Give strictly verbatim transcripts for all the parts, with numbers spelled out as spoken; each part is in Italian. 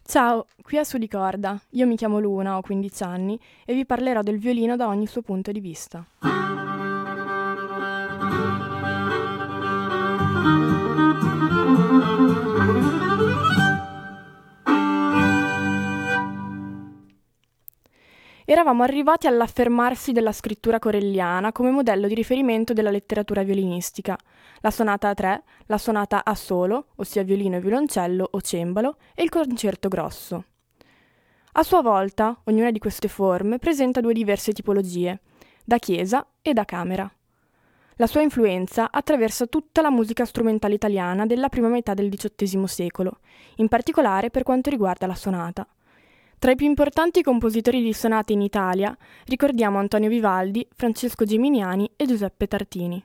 Ciao, qui è Su di Corda. Io mi chiamo Luna, ho quindici anni e vi parlerò del violino da ogni suo punto di vista. Eravamo arrivati all'affermarsi della scrittura corelliana come modello di riferimento della letteratura violinistica. La sonata a tre, la sonata a solo, ossia violino e violoncello o cembalo, e il concerto grosso. A sua volta, ognuna di queste forme presenta due diverse tipologie, da chiesa e da camera. La sua influenza attraversa tutta la musica strumentale italiana della prima metà del diciottesimo secolo, in particolare per quanto riguarda la sonata. Tra i più importanti compositori di sonate in Italia ricordiamo Antonio Vivaldi, Francesco Geminiani e Giuseppe Tartini.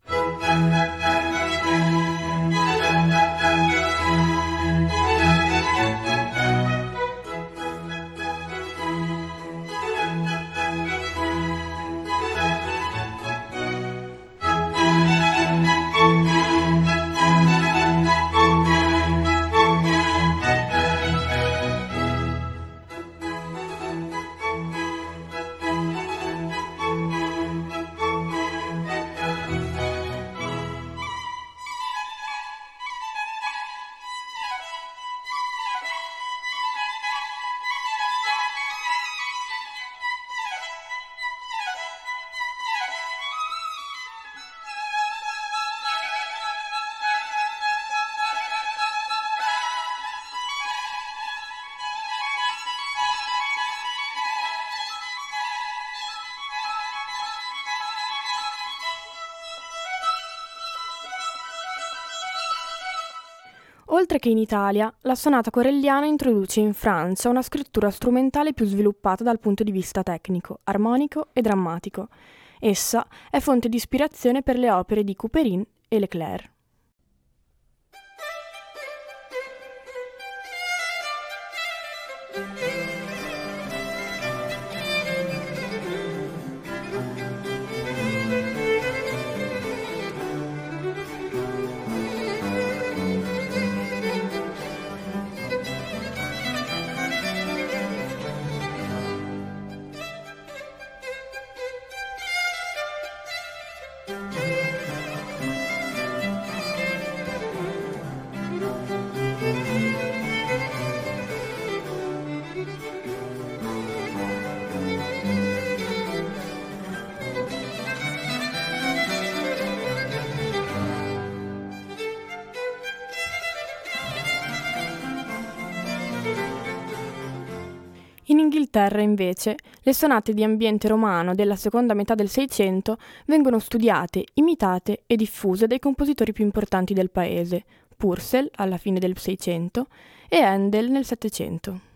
Oltre che in Italia, la sonata corelliana introduce in Francia una scrittura strumentale più sviluppata dal punto di vista tecnico, armonico e drammatico. Essa è fonte di ispirazione per le opere di Couperin e Leclerc. In Inghilterra, invece, le sonate di ambiente romano della seconda metà del Seicento vengono studiate, imitate e diffuse dai compositori più importanti del paese, Purcell alla fine del Seicento e Handel nel Settecento.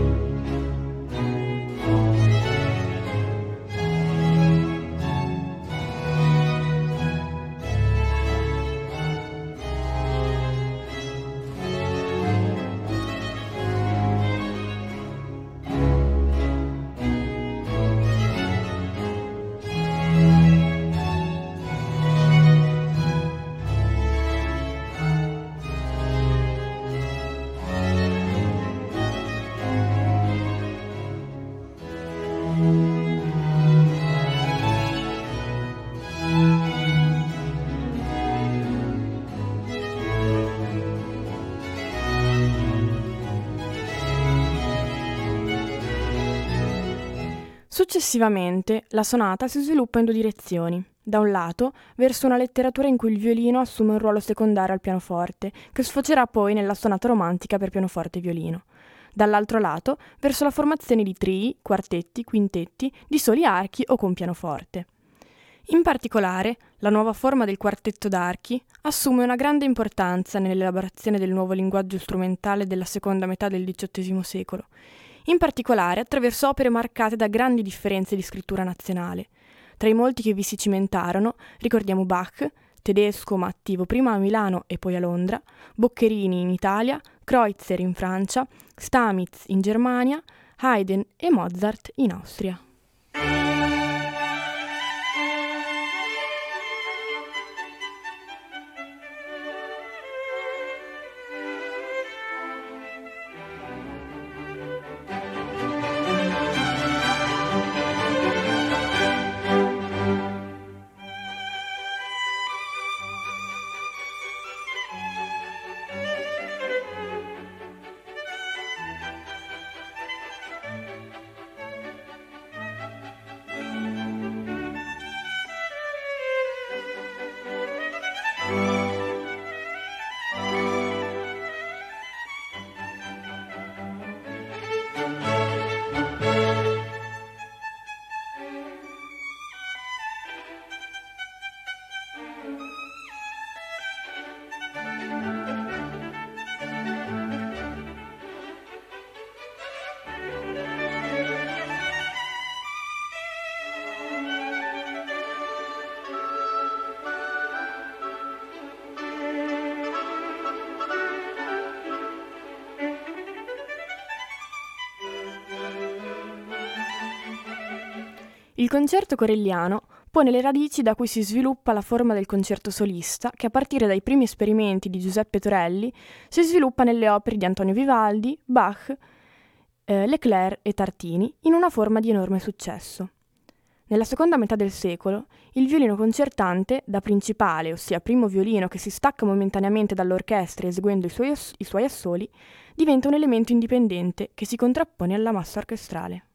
Successivamente, la sonata si sviluppa in due direzioni. Da un lato, verso una letteratura in cui il violino assume un ruolo secondario al pianoforte, che sfocerà poi nella sonata romantica per pianoforte e violino. Dall'altro lato, verso la formazione di trii, quartetti, quintetti, di soli archi o con pianoforte. In particolare, la nuova forma del quartetto d'archi assume una grande importanza nell'elaborazione del nuovo linguaggio strumentale della seconda metà del diciottesimo secolo, in particolare attraverso opere marcate da grandi differenze di scrittura nazionale. Tra i molti che vi si cimentarono ricordiamo Bach, tedesco ma attivo prima a Milano e poi a Londra, Boccherini in Italia, Kreutzer in Francia, Stamitz in Germania, Haydn e Mozart in Austria. Il concerto corelliano pone le radici da cui si sviluppa la forma del concerto solista, che a partire dai primi esperimenti di Giuseppe Torelli si sviluppa nelle opere di Antonio Vivaldi, Bach, eh, Leclerc e Tartini, in una forma di enorme successo. Nella seconda metà del secolo, il violino concertante, da principale, ossia primo violino che si stacca momentaneamente dall'orchestra eseguendo i suoi, ass- i suoi assoli, diventa un elemento indipendente che si contrappone alla massa orchestrale.